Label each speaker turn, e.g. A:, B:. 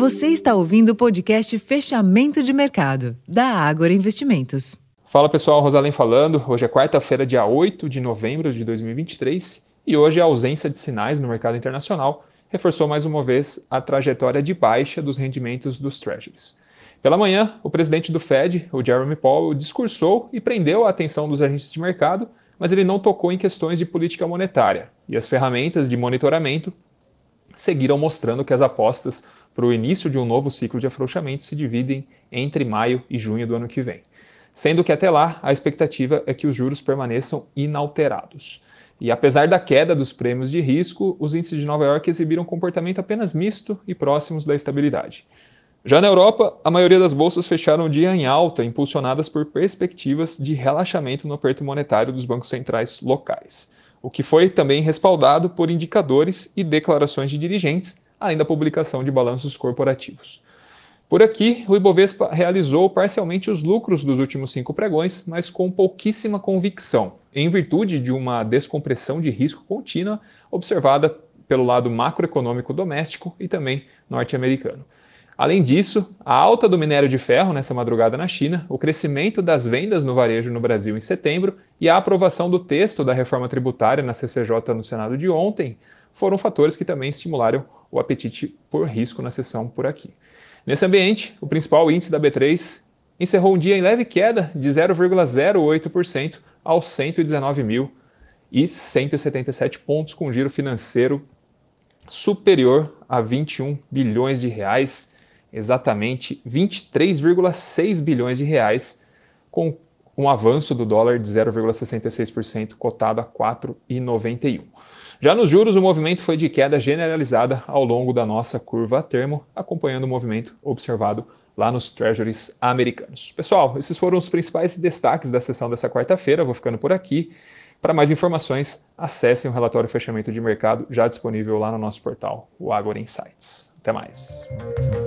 A: Você está ouvindo o podcast Fechamento de Mercado, da Ágora Investimentos.
B: Fala pessoal, Rosalém falando. Hoje é quarta-feira, dia 8 de novembro de 2023 e hoje a ausência de sinais no mercado internacional reforçou mais uma vez a trajetória de baixa dos rendimentos dos Treasuries. Pela manhã, o presidente do Fed, o Jerome Powell, discursou e prendeu a atenção dos agentes de mercado, mas ele não tocou em questões de política monetária e as ferramentas de monitoramento seguiram mostrando que as apostas para o início de um novo ciclo de afrouxamento se dividem entre maio e junho do ano que vem. Sendo que até lá a expectativa é que os juros permaneçam inalterados. E apesar da queda dos prêmios de risco, os índices de Nova York exibiram um comportamento apenas misto e próximos da estabilidade. Já na Europa, a maioria das bolsas fecharam o dia em alta, impulsionadas por perspectivas de relaxamento no aperto monetário dos bancos centrais locais, o que foi também respaldado por indicadores e declarações de dirigentes, além da publicação de balanços corporativos. Por aqui, o Ibovespa realizou parcialmente os lucros dos últimos 5 pregões, mas com pouquíssima convicção, em virtude de uma descompressão de risco contínua observada pelo lado macroeconômico doméstico e também norte-americano. Além disso, a alta do minério de ferro nessa madrugada na China, o crescimento das vendas no varejo no Brasil em setembro e a aprovação do texto da reforma tributária na CCJ no Senado de ontem foram fatores que também estimularam o apetite por risco na sessão por aqui. Nesse ambiente, o principal índice da B3 encerrou um dia em leve queda de 0,08% aos 119.177 pontos, com giro financeiro superior a 21 bilhões de reais, exatamente 23,6 bilhões de reais, com um avanço do dólar de 0,66%, cotado a 4,91. Já nos juros, o movimento foi de queda generalizada ao longo da nossa curva a termo, acompanhando o movimento observado lá nos Treasuries americanos. Pessoal, esses foram os principais destaques da sessão dessa quarta-feira. Vou ficando por aqui. Para mais informações, acessem o relatório Fechamento de Mercado, já disponível lá no nosso portal, o Ágora Insights. Até mais.